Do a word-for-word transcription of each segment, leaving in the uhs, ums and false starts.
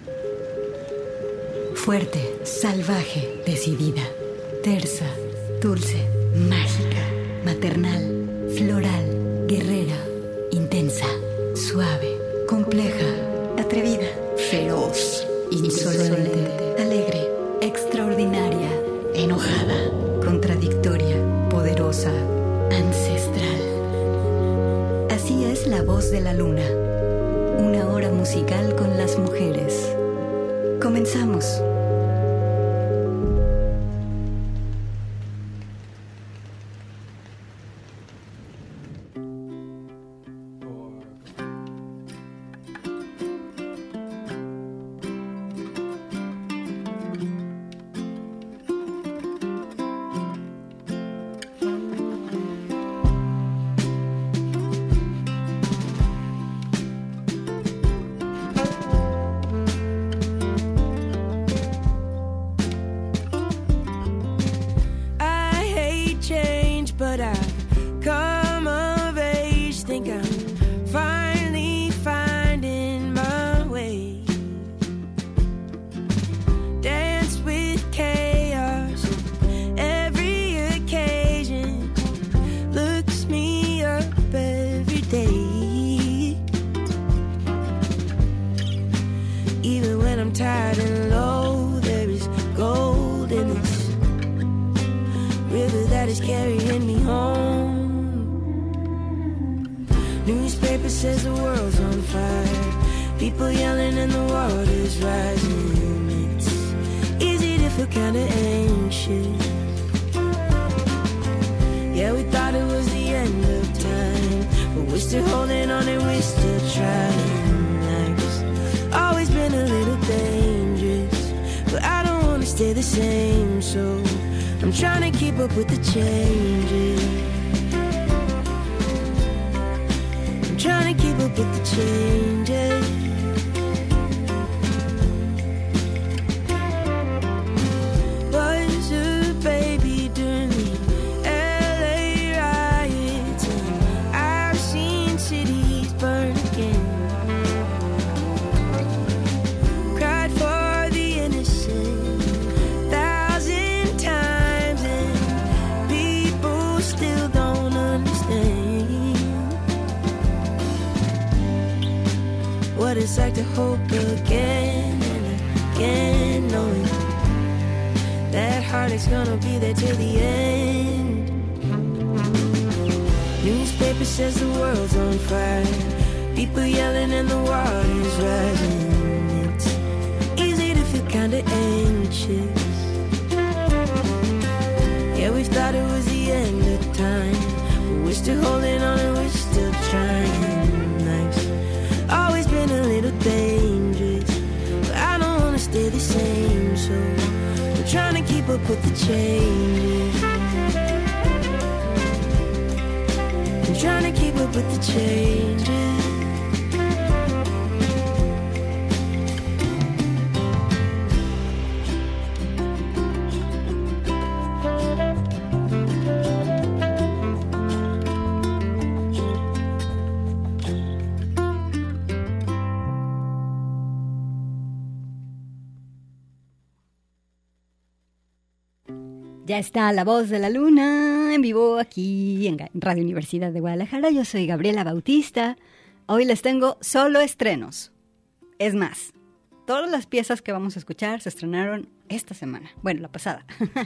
Fuerte, salvaje, decidida, tersa, dulce, mágica, maternal, floral, guerrera, intensa, suave, compleja, atrevida, feroz, insolente, alegre, extraordinaria, enojada, contradictoria, poderosa, ancestral. Así es la voz de la luna. Una hora musical con las mujeres. Comenzamos. Ya está La Voz de la Luna en vivo aquí en Radio Universidad de Guadalajara. Yo soy Gabriela Bautista. Hoy les tengo solo estrenos. Es más, todas las piezas que vamos a escuchar se estrenaron esta semana. Bueno, la pasada.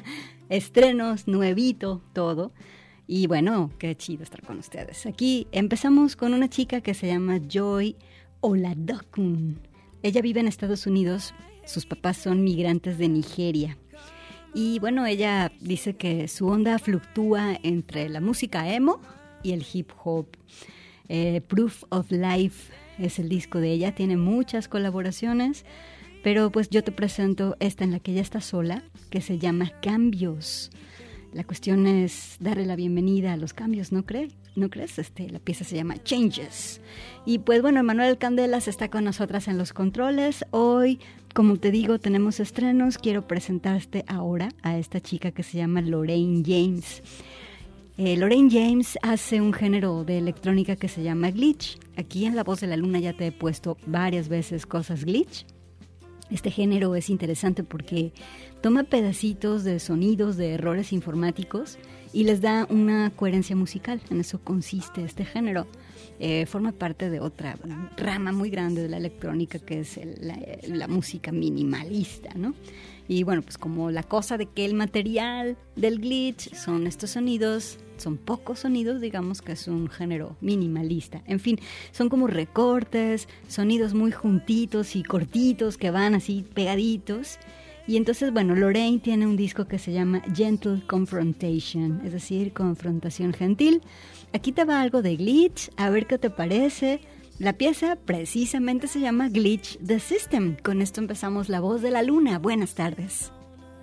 Estrenos, nuevito, todo. Y bueno, qué chido estar con ustedes. Aquí empezamos con una chica que se llama Joy Oladokun. Ella vive en Estados Unidos. Sus papás son migrantes de Nigeria. Y bueno, ella dice que su onda fluctúa entre la música emo y el hip hop. Eh, Proof of Life es el disco de ella, tiene muchas colaboraciones, pero pues yo te presento esta en la que ella está sola, que se llama Cambios. La cuestión es darle la bienvenida a los cambios, ¿no crees? ¿No crees? Este, la pieza se llama Changes. Y pues bueno, Manuel Candelas está con nosotras en los controles. Hoy, como te digo, tenemos estrenos. Quiero presentarte ahora a esta chica que se llama Lorraine James. Eh, Lorraine James hace un género de electrónica que se llama glitch. Aquí en La Voz de la Luna ya te he puesto varias veces cosas glitch. Este género es interesante porque toma pedacitos de sonidos de errores informáticos y les da una coherencia musical. En eso consiste este género. Eh, forma parte de otra rama muy grande de la electrónica, que es el, la, la música minimalista, ¿no? Y bueno, pues como la cosa de que el material del glitch son estos sonidos, son pocos sonidos, digamos que es un género minimalista. En fin, son como recortes, sonidos muy juntitos y cortitos que van así pegaditos. Y entonces, bueno, Lorraine tiene un disco que se llama Gentle Confrontation, es decir, confrontación gentil. Aquí te va algo de glitch, a ver qué te parece. La pieza precisamente se llama Glitch the System. Con esto empezamos La Voz de la Luna. Buenas tardes.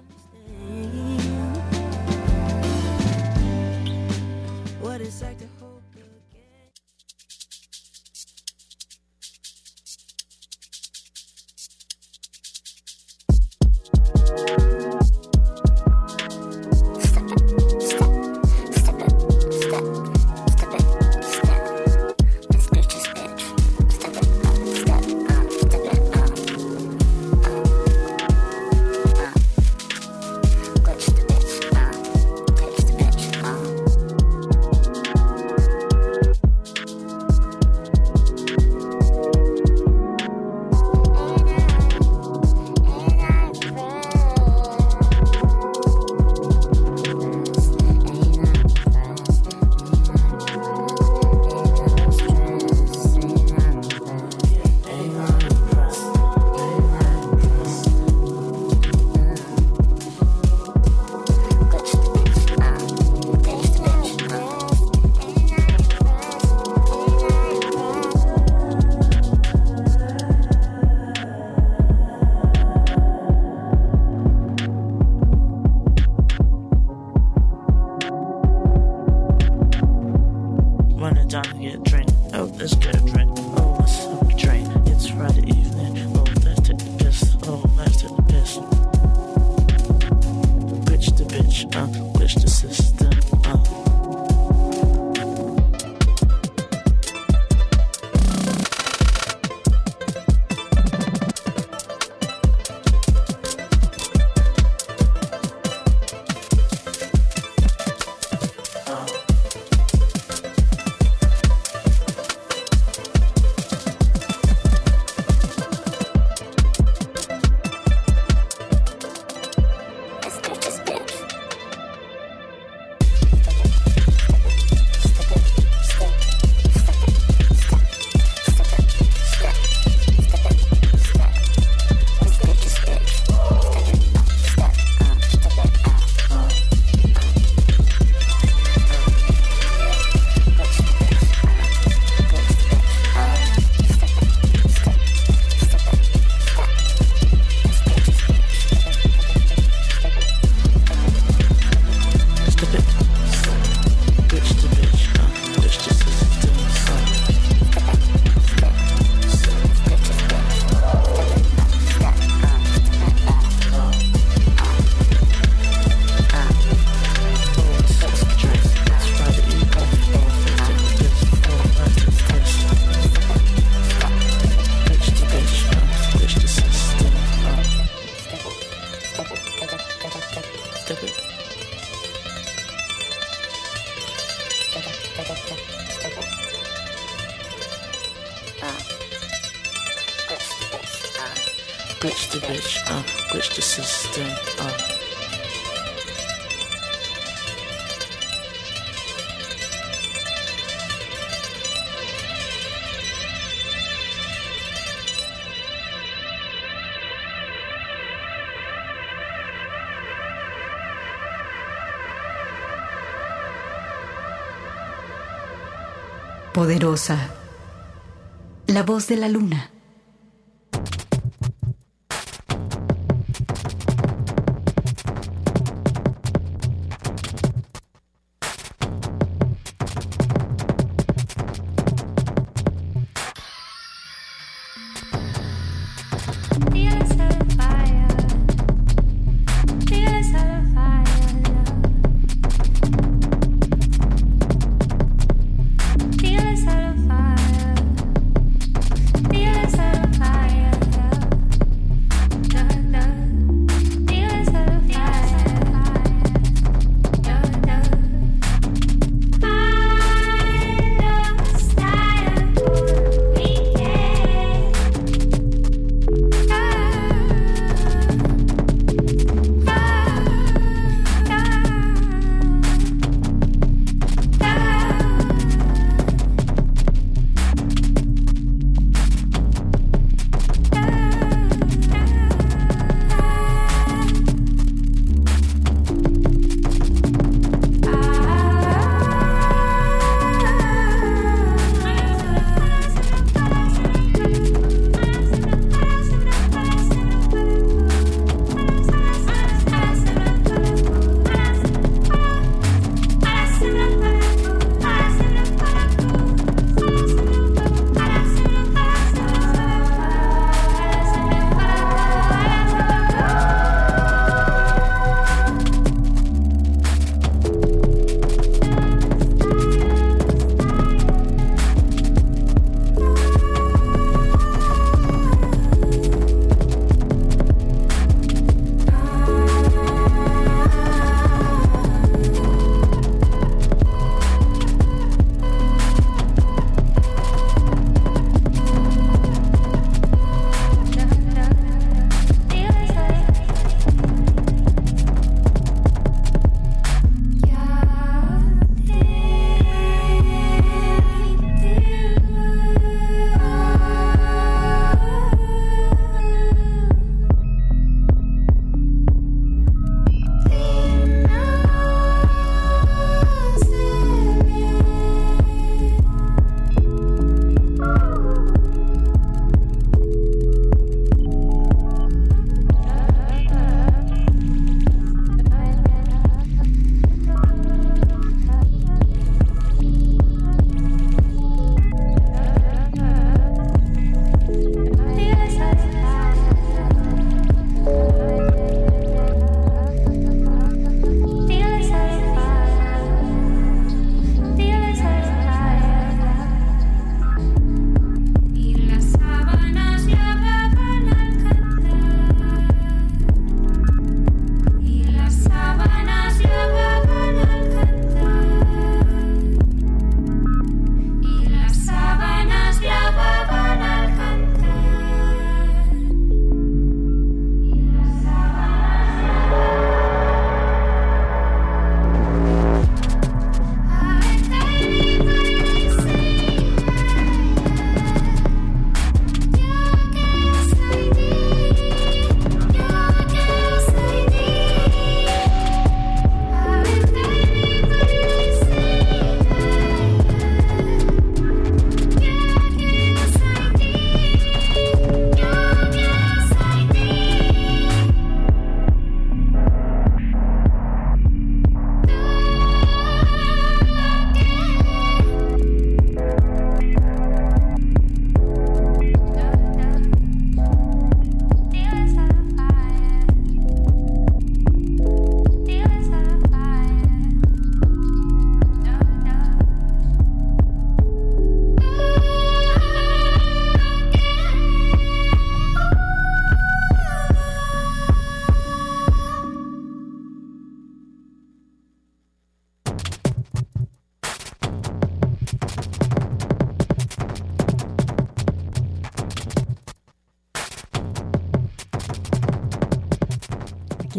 Glitch the bitch, uh, glitch the system, uh. Poderosa, la voz de la luna. Feel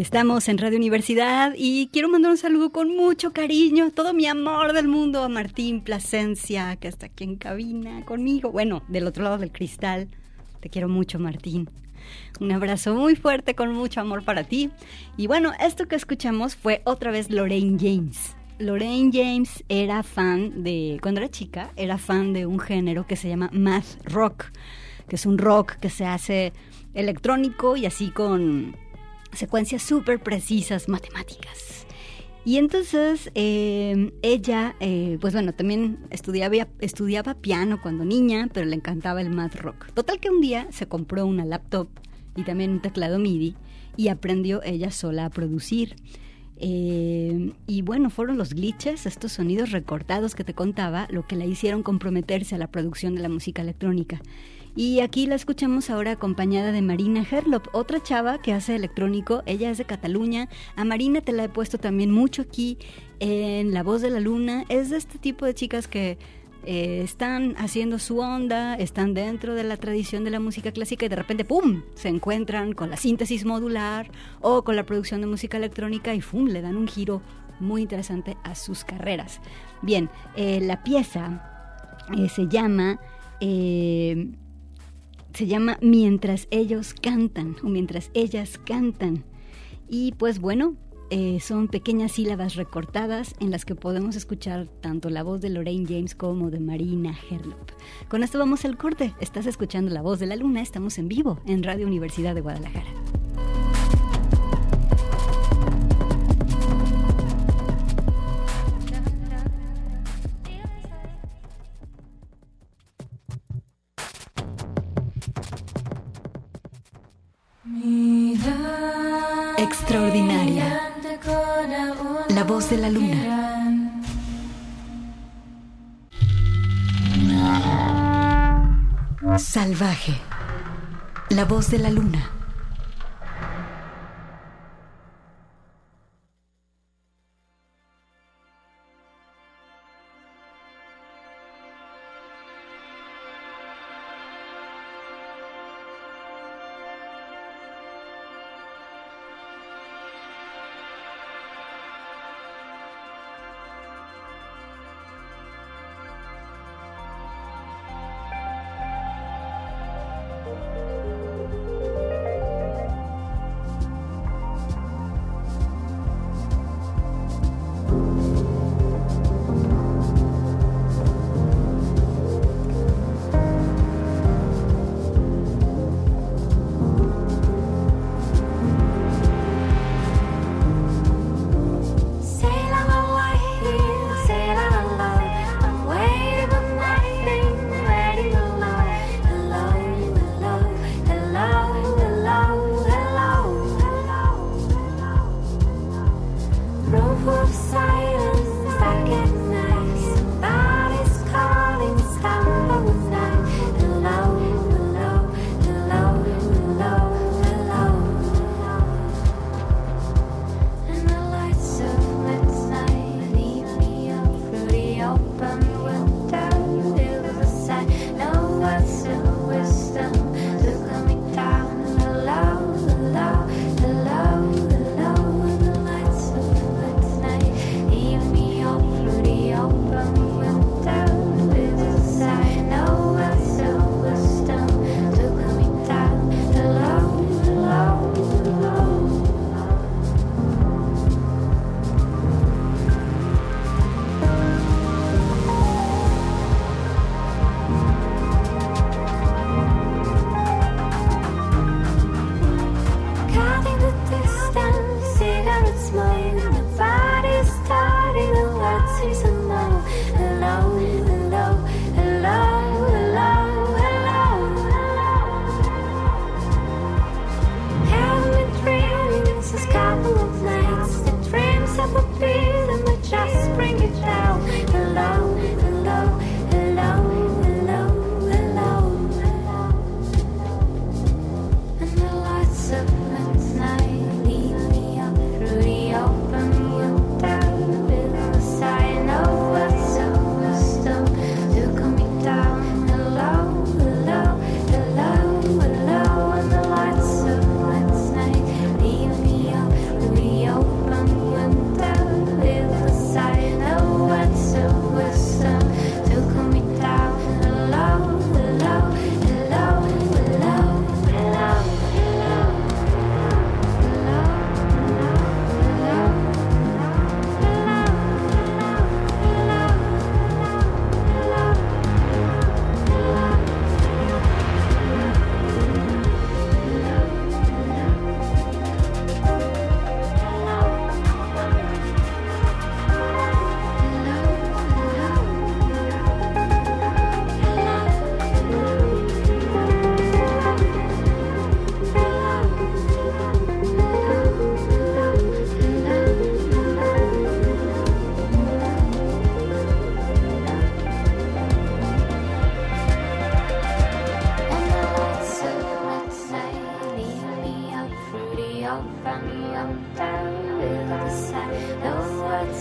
Aquí estamos en Radio Universidad y quiero mandar un saludo con mucho cariño, todo mi amor del mundo a Martín Plasencia, que está aquí en cabina conmigo, bueno, del otro lado del cristal. Te quiero mucho, Martín. Un abrazo muy fuerte con mucho amor para ti. Y bueno, esto que escuchamos fue otra vez Lorraine James. Lorraine James era fan de, cuando era chica, era fan de un género que se llama math rock, que es un rock que se hace electrónico y así con secuencias súper precisas, matemáticas. Y entonces eh, ella, eh, pues bueno, también estudiaba, estudiaba piano cuando niña, pero le encantaba el math rock. Total que un día se compró una laptop y también un teclado MIDI y aprendió ella sola a producir. Eh, y bueno, fueron los glitches, estos sonidos recortados que te contaba, lo que la hicieron comprometerse a la producción de la música electrónica. Y aquí la escuchamos ahora acompañada de Marina Herlop, otra chava que hace electrónico. Ella es de Cataluña. A Marina te la he puesto también mucho aquí en La Voz de la Luna. Es de este tipo de chicas que eh, están haciendo su onda, están dentro de la tradición de la música clásica y de repente ¡pum!, se encuentran con la síntesis modular o con la producción de música electrónica y ¡pum!, le dan un giro muy interesante a sus carreras. Bien, eh, la pieza eh, se llama... Eh, Se llama Mientras ellos cantan o Mientras ellas cantan. Y pues bueno, eh, son pequeñas sílabas recortadas en las que podemos escuchar tanto la voz de Lorraine James como de Marina Herlop. Con esto vamos al corte. Estás escuchando La Voz de la Luna. Estamos en vivo en Radio Universidad de Guadalajara. Extraordinaria. La Voz de la Luna. Salvaje. La Voz de la Luna.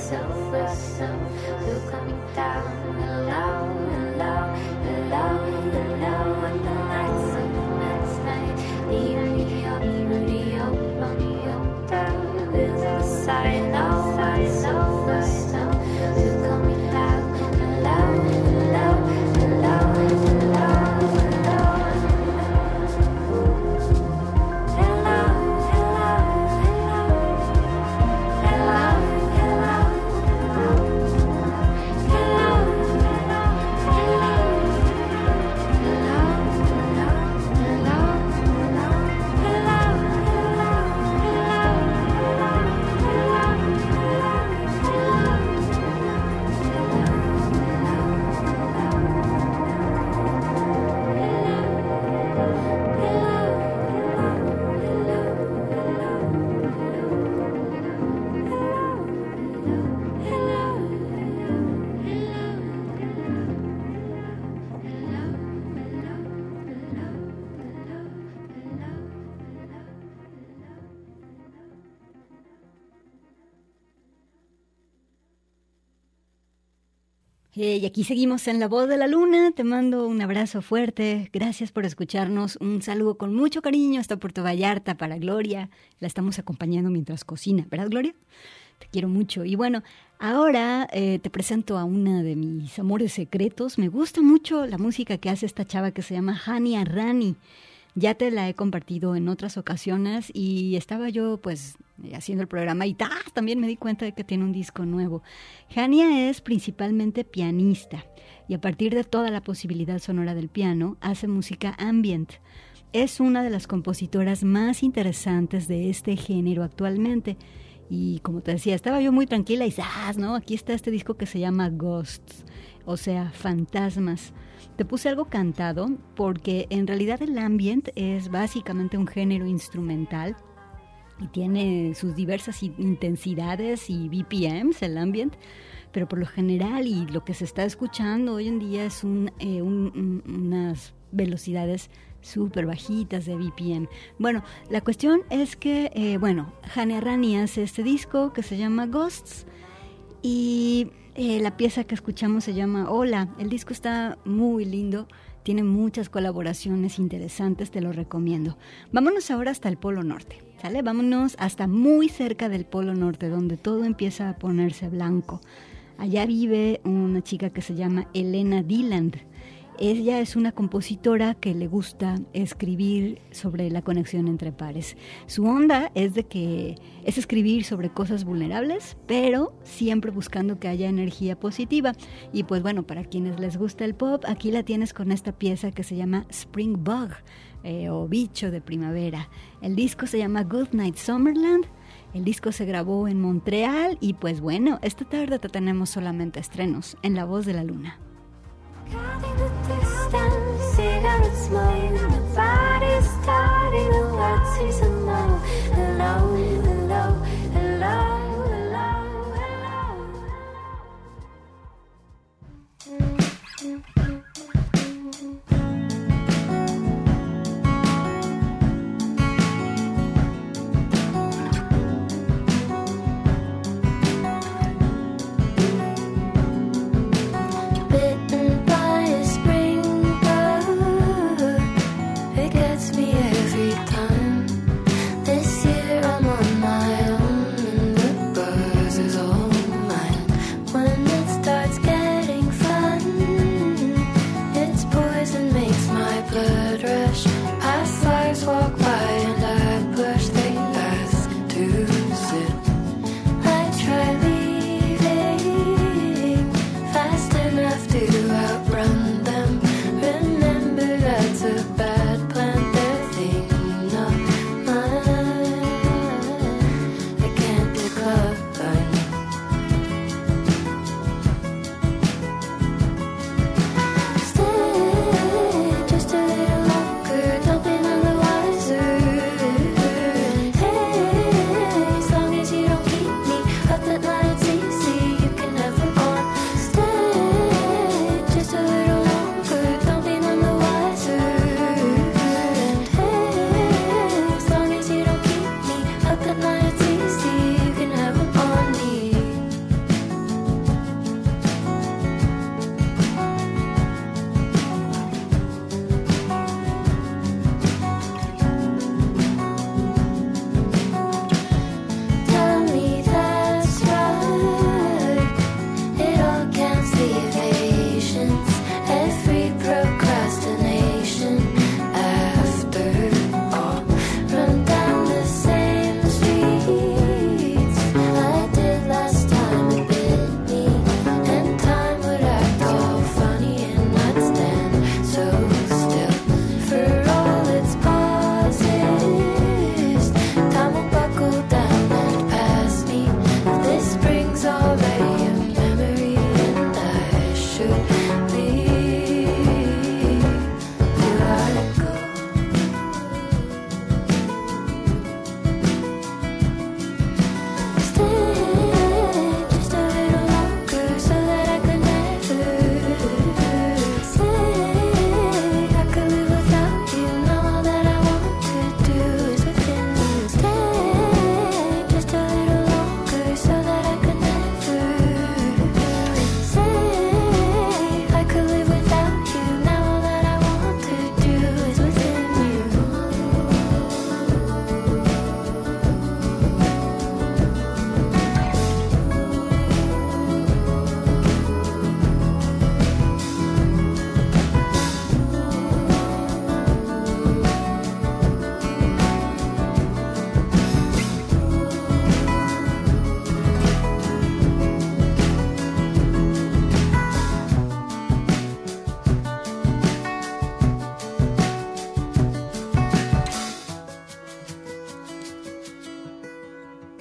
Y aquí seguimos en La Voz de la Luna. Te mando un abrazo fuerte. Gracias por escucharnos. Un saludo con mucho cariño hasta Puerto Vallarta para Gloria. La estamos acompañando mientras cocina, ¿verdad, Gloria? Te quiero mucho. Y bueno, ahora eh, te presento a una de mis amores secretos. Me gusta mucho la música que hace esta chava que se llama Hania Rani. Ya te la he compartido en otras ocasiones y estaba yo pues haciendo el programa y ¡tas! También me di cuenta de que tiene un disco nuevo. Hania es principalmente pianista y a partir de toda la posibilidad sonora del piano hace música ambient. Es una de las compositoras más interesantes de este género actualmente. Y como te decía, estaba yo muy tranquila y ¡zas! ¿No? Aquí está este disco que se llama Ghosts, o sea, fantasmas. Te puse algo cantado porque en realidad el ambient es básicamente un género instrumental y tiene sus diversas intensidades y B P Ms, el ambient, pero por lo general y lo que se está escuchando hoy en día es un, eh, un, un, unas velocidades súper bajitas de B P M. Bueno, la cuestión es que, eh, bueno, Hania Rani hace este disco que se llama Ghosts y eh, la pieza que escuchamos se llama Hola. El disco está muy lindo, tiene muchas colaboraciones interesantes, te lo recomiendo. Vámonos ahora hasta el Polo Norte, ¿sale? Vámonos hasta muy cerca del Polo Norte, donde todo empieza a ponerse blanco. Allá vive una chica que se llama Elena Deland. Ella es una compositora que le gusta escribir sobre la conexión entre pares. Su onda es de que es escribir sobre cosas vulnerables, pero siempre buscando que haya energía positiva. Y pues bueno, para quienes les gusta el pop, aquí la tienes con esta pieza que se llama Spring Bug, eh, o Bicho de Primavera. El disco se llama Good Night Summerland. El disco se grabó en Montreal y pues bueno, esta tarde te tenemos solamente estrenos en La Voz de la Luna. Caught in the distance, cigarette smoke, the body's starting, the world seems to know. Hello, hello, hello, hello,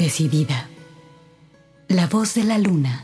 decidida. La voz de la luna.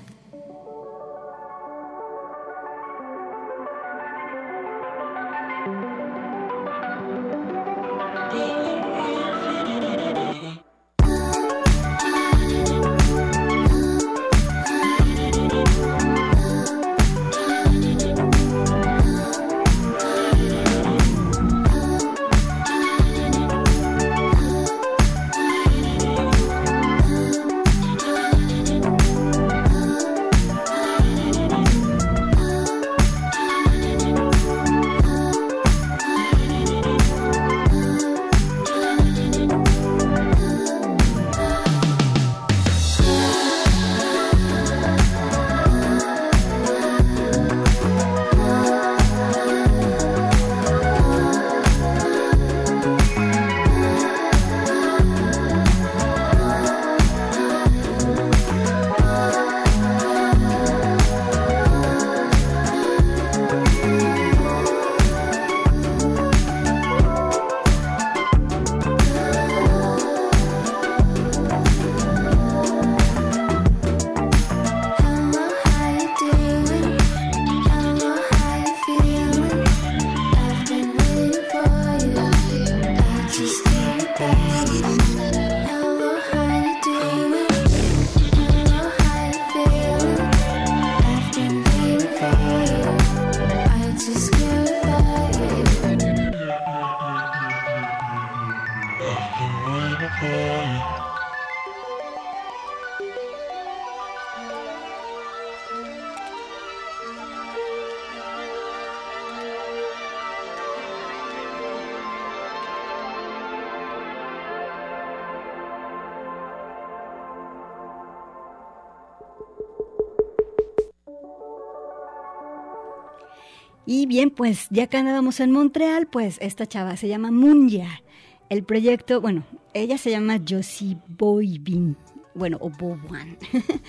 Y bien, pues ya que andábamos en Montreal, pues esta chava se llama Munja. El proyecto, bueno, ella se llama Josie Boivin, bueno, o Bowan.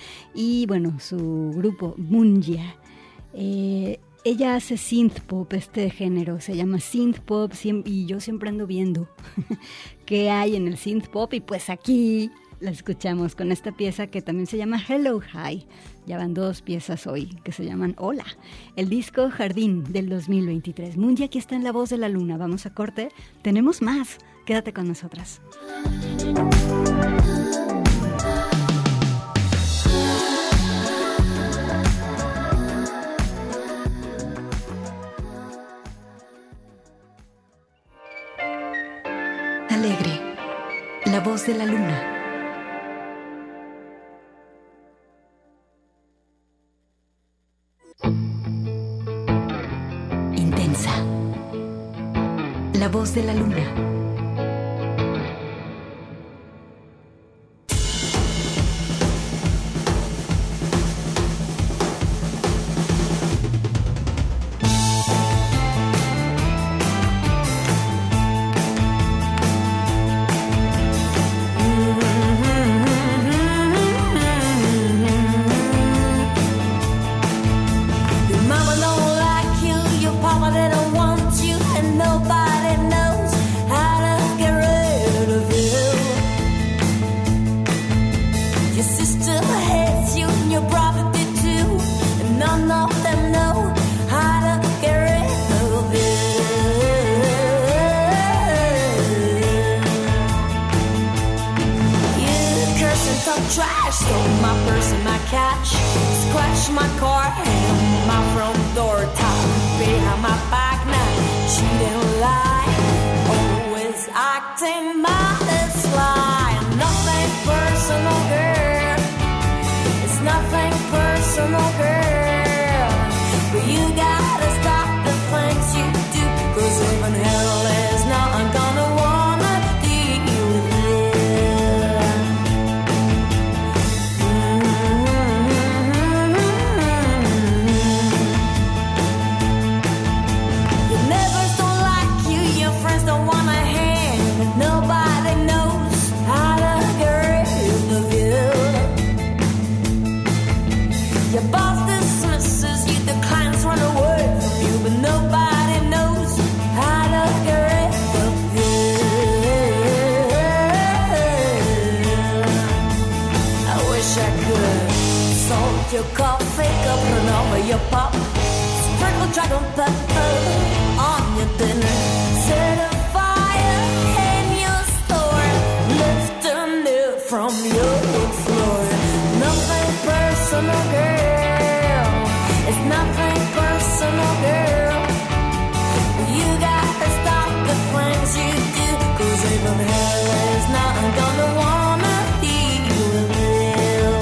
Y bueno, su grupo Munja. Eh, ella hace synth pop, este género, se llama synth pop, y yo siempre ando viendo qué hay en el synth pop, y pues aquí la escuchamos con esta pieza que también se llama Hello Hi. Ya van dos piezas hoy que se llaman Hola. El disco Jardín del dos mil veintitrés. Munja aquí está en La Voz de la Luna. Vamos a corte. Tenemos más. Quédate con nosotras. Alegre. La Voz de la Luna. Intensa. La Voz de la Luna. Nobody knows how to get rid of you. your pop. Sprinkle dragon pepper on your dinner. Set a fire in your store. Lift a nail from your floor. Nothing personal, girl. It's nothing personal, girl. You gotta stop the things you do, 'cause even hell is not gonna wanna hear you real.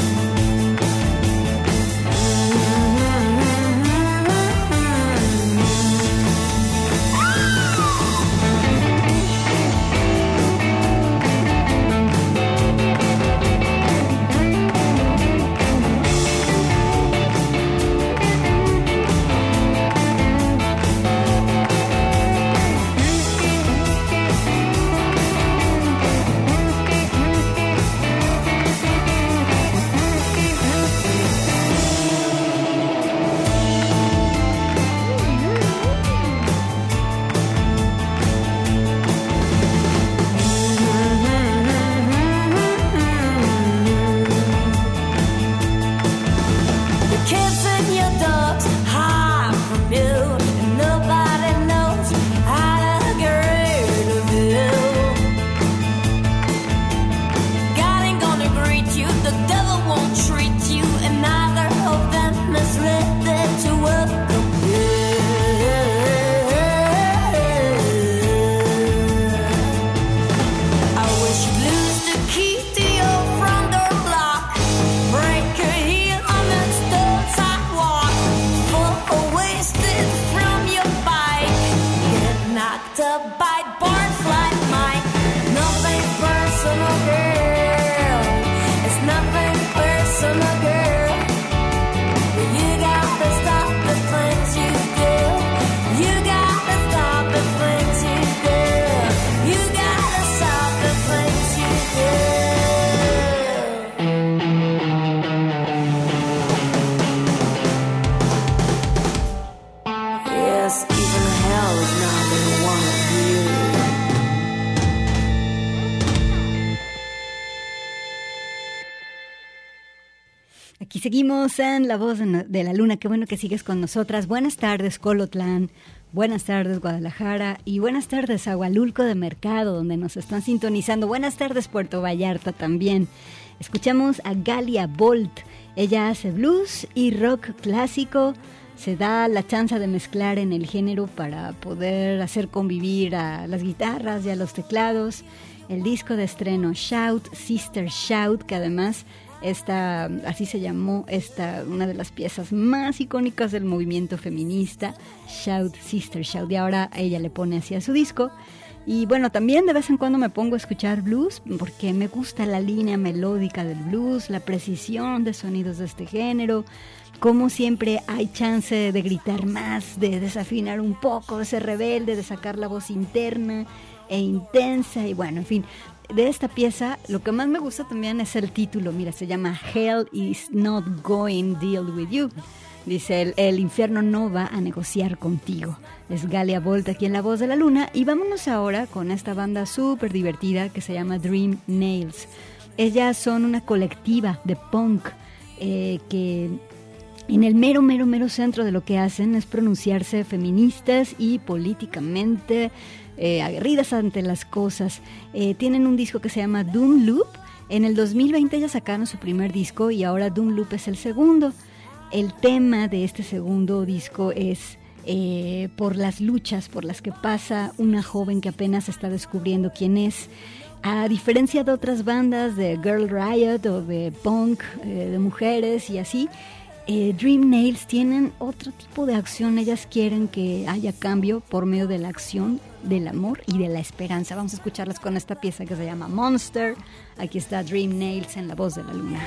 Aquí seguimos en La Voz de la Luna. Qué bueno que sigues con nosotras. Buenas tardes, Colotlán. Buenas tardes, Guadalajara. Y buenas tardes, Agualulco de Mercado, donde nos están sintonizando. Buenas tardes, Puerto Vallarta también. Escuchamos a Galia Bolt. Ella hace blues y rock clásico. Se da la chance de mezclar en el género para poder hacer convivir a las guitarras y a los teclados. El disco de estreno, Shout, Sister Shout, que además... Esta, así se llamó esta, una de las piezas más icónicas del movimiento feminista, Shout, Sister Shout, y ahora ella le pone así a su disco. Y bueno, también de vez en cuando me pongo a escuchar blues, porque me gusta la línea melódica del blues, la precisión de sonidos de este género, como siempre hay chance de gritar más, de desafinar un poco, de ser rebelde, de sacar la voz interna e intensa, y bueno, en fin... De esta pieza, lo que más me gusta también es el título. Mira, se llama Hell is not going to deal with you. Dice, el, el infierno no va a negociar contigo. Es Galia Bolt aquí en La Voz de la Luna. Y vámonos ahora con esta banda súper divertida que se llama Dream Nails. Ellas son una colectiva de punk eh, que... En el mero, mero, mero centro de lo que hacen es pronunciarse feministas y políticamente eh, aguerridas ante las cosas. Eh, tienen un disco que se llama Doom Loop. En el dos mil veinte ya sacaron su primer disco y ahora Doom Loop es el segundo. El tema de este segundo disco es eh, por las luchas por las que pasa una joven que apenas está descubriendo quién es. A diferencia de otras bandas de Girl Riot o de punk, eh, de mujeres y así, Eh, Dream Nails tienen otro tipo de acción. Ellas quieren que haya cambio por medio de la acción, del amor y de la esperanza. Vamos a escucharlas con esta pieza que se llama Monster. Aquí está Dream Nails en La Voz de la Luna.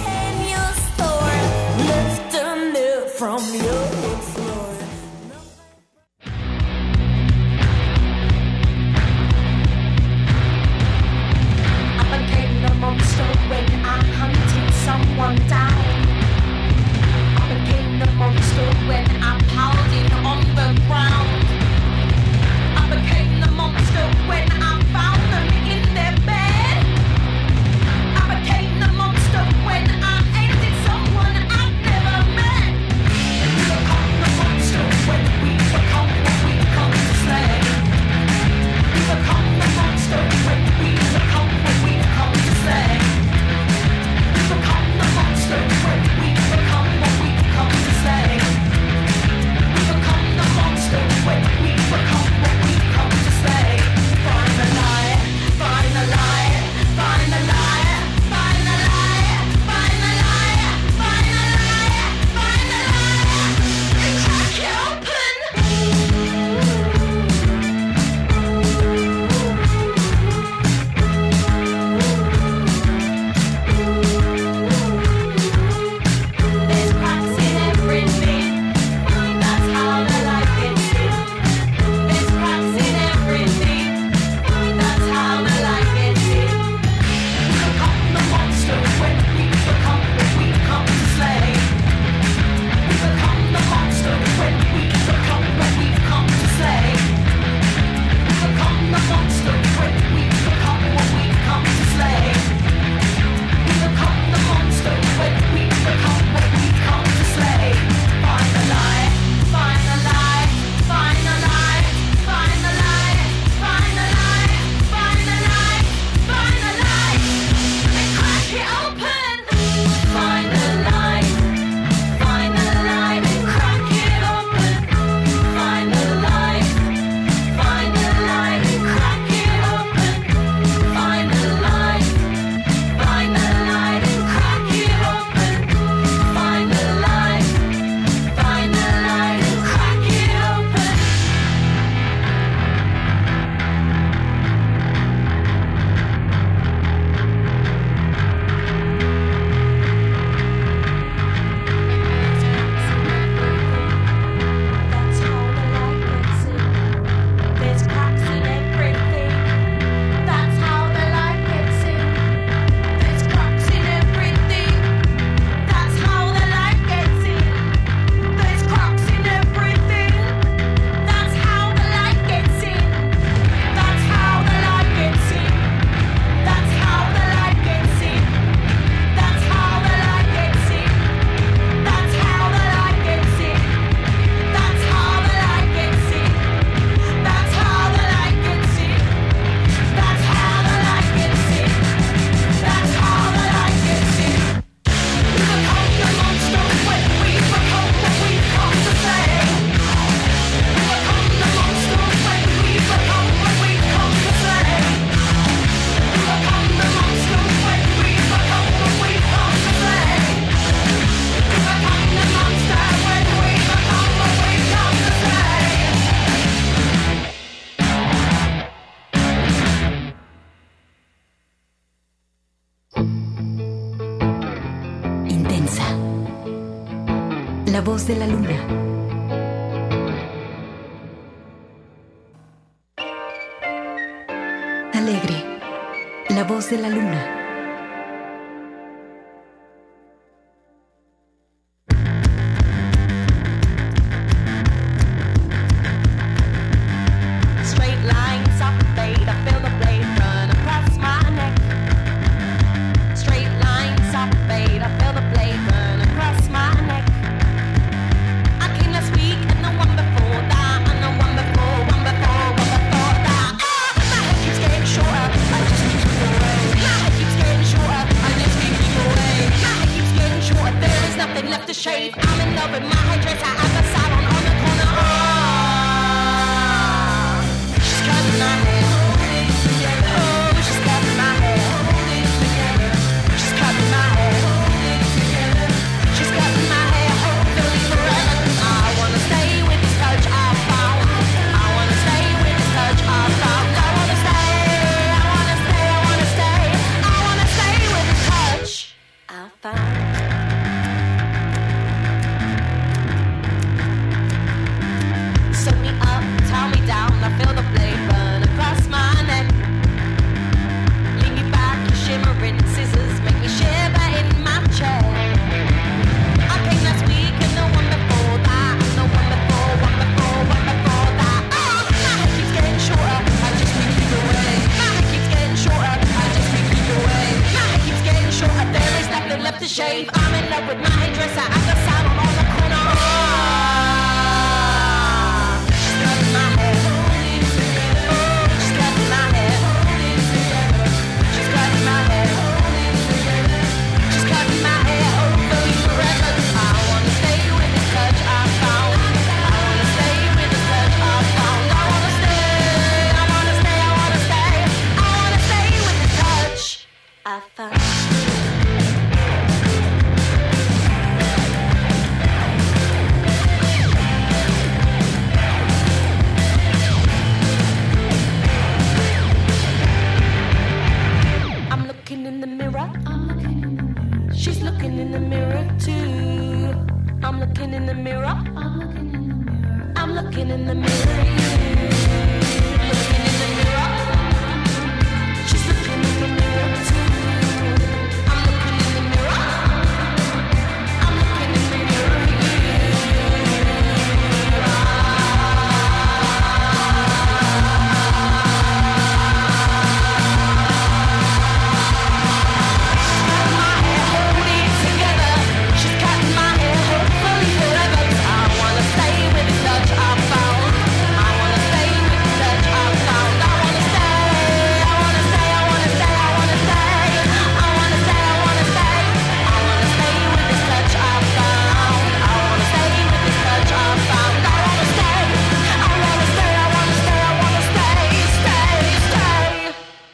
I became the monster when I hunted someone down. The monster when I'm pounding on the ground. I became the monster when I found them in their bed. I became the monster when I ended someone I'd never met. La voz de la luna. Alegre, la voz de la luna. Straight lines up fade, I feel the blade run across my neck. Straight lines up fade, I feel the blade run across my neck. I came last week and the one before that, and the one before, one before, one before that. Ah, my head keeps getting shorter, I just keep keeping away. My head keeps getting shorter, I just keep keeping away. My head keeps getting shorter, there is nothing left to shave. I'm in love with my hairdresser at the salon on the corner. Ah, she's cutting my hair. Oh, she's cutting my hair. She's cutting my hair. She's cutting my hair, hopefully forever. I wanna stay with this touch I found. I wanna stay with this touch I found. I wanna stay, I wanna stay, I wanna stay. I wanna stay with this touch I found. Sew me up, tie me down, I feel the blade burn across my neck. Lean me back, you shimmering scissors make me shiver in my chair. I came last week and the one before that, and the one before, one before, one before that. Ah, my head keeps getting shorter, I just keep keep away. My head keeps getting shorter, I just keep keep away. My head keeps getting shorter, there is nothing left to shave. I'm in love with my hairdresser at the salon on the corner. Ah, she's cutting my hair. Oh, she's cutting my hair. She's cutting my hair. She's cutting my hair, hopefully forever. I wanna stay with this touch I found. I wanna stay with this touch I found. I wanna stay, I wanna stay, I wanna stay. I wanna stay with this touch I found. I'm looking in the mirror. I'm looking in the mirror. She's looking in the mirror too. I'm looking in the mirror. I'm looking in the mirror. I'm looking in the mirror. Looking in the mirror. She's looking in the mirror too. I'm looking in the mirror. I'm looking in the mirror. She's cutting my hair, hopefully forever. I wanna stay with this touch I found. I wanna stay with this touch I found. I wanna stay, I wanna stay, I wanna stay, I wanna stay. I wanna stay, I wanna stay. I wanna stay with this touch I found. I wanna stay with this touch I found. I wanna stay, I wanna stay, I wanna stay, I wanna stay, stay, stay.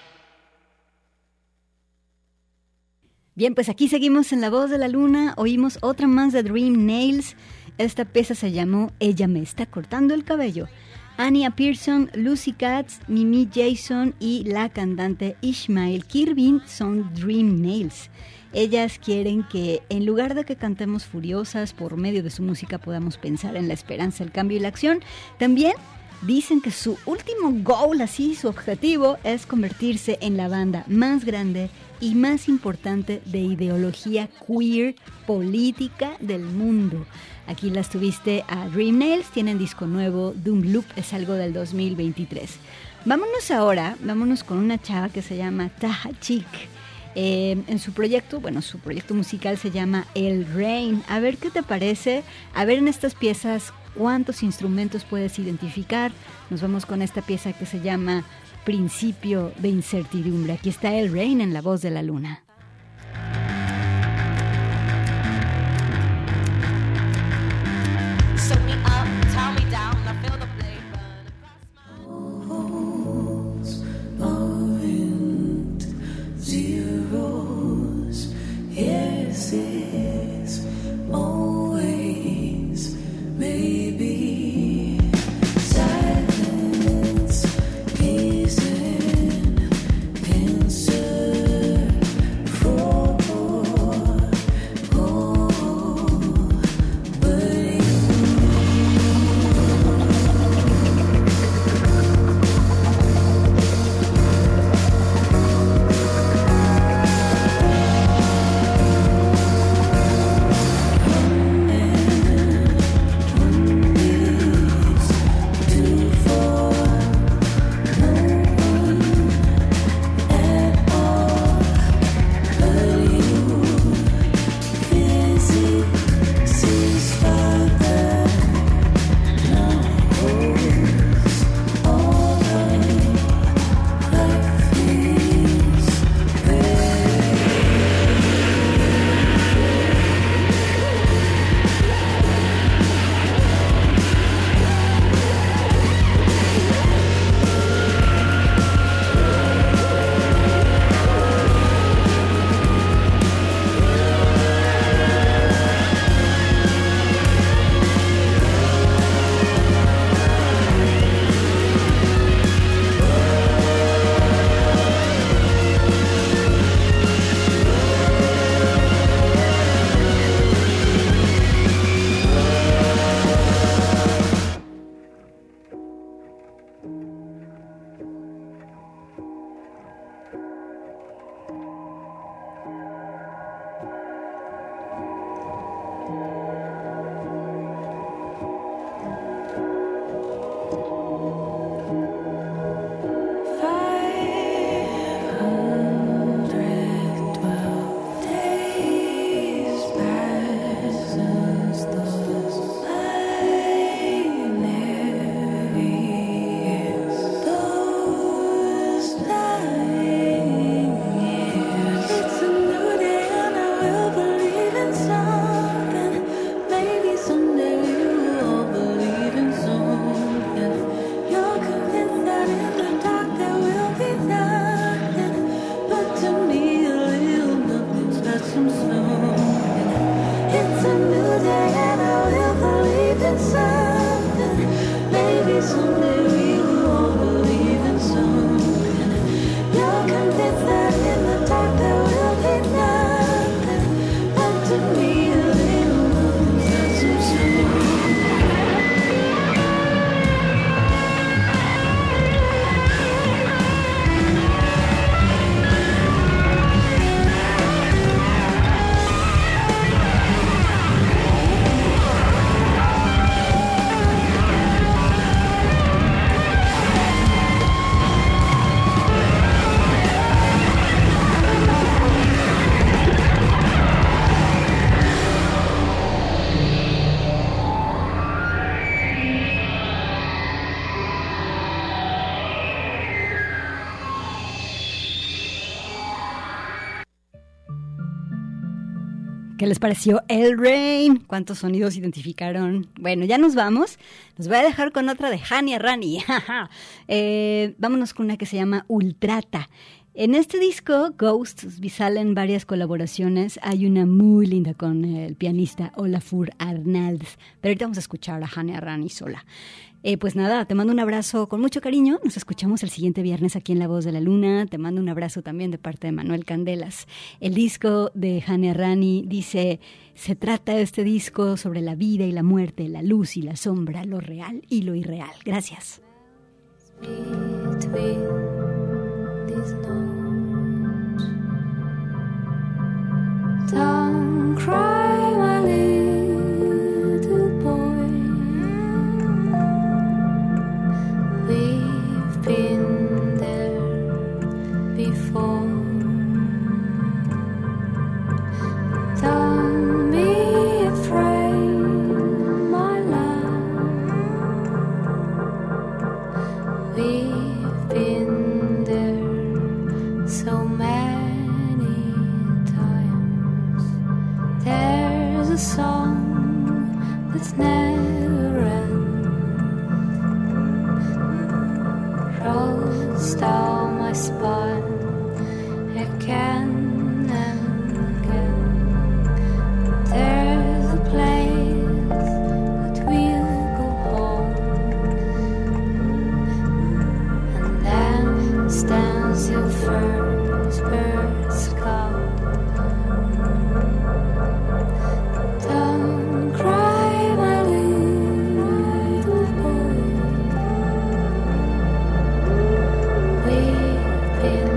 Bien, pues aquí seguimos en La Voz de la Luna. Oímos otra más de Dream Nails. Esta pieza se llamó Ella me está cortando el cabello. Anya Pearson, Lucy Katz, Mimi Jason y la cantante Ishmael Kirby son Dream Nails. Ellas quieren que en lugar de que cantemos furiosas, por medio de su música podamos pensar en la esperanza, el cambio y la acción. También dicen que su último goal, así su objetivo, es convertirse en la banda más grande y más importante de ideología queer política del mundo. Aquí las tuviste a Dream Nails, tienen disco nuevo, Doom Loop, es algo del dos mil veintitrés. Vámonos ahora, vámonos con una chava que se llama Taha Chick. Eh, en su proyecto, bueno, su proyecto musical se llama El Rain. A ver qué te parece, a ver en estas piezas cuántos instrumentos puedes identificar. Nos vamos con esta pieza que se llama Principio de Incertidumbre. Aquí está El Rain en La Voz de la Luna. Sew me up, tie me down, I feel the blade burn across my Point zeros, yes, yes, always, maybe. Silence is an answer for all, but ¿Qué les pareció El Rain? ¿Cuántos sonidos identificaron? Bueno, ya nos vamos. Los voy a dejar con otra de Hania Rani. eh, vámonos con una que se llama Ultrata. En este disco, Ghosts, salen varias colaboraciones. Hay una muy linda con el pianista Olafur Arnalds. Pero ahorita vamos a escuchar a Hania Rani sola. Eh, pues nada, te mando un abrazo con mucho cariño. Nos escuchamos el siguiente viernes aquí en La Voz de la Luna. Te mando un abrazo también de parte de Manuel Candelas. El disco de Hania Rani dice, se trata este disco sobre la vida y la muerte, la luz y la sombra, lo real y lo irreal. Gracias. Don't cry, my little boy. We've been there before. Don't be afraid, my love. We've been there so many times. There's a song that's never ends. Rolls down my spine again and again. There's a place that we'll go home, and then stands your first bird's call. Don't cry, my little boy. We've been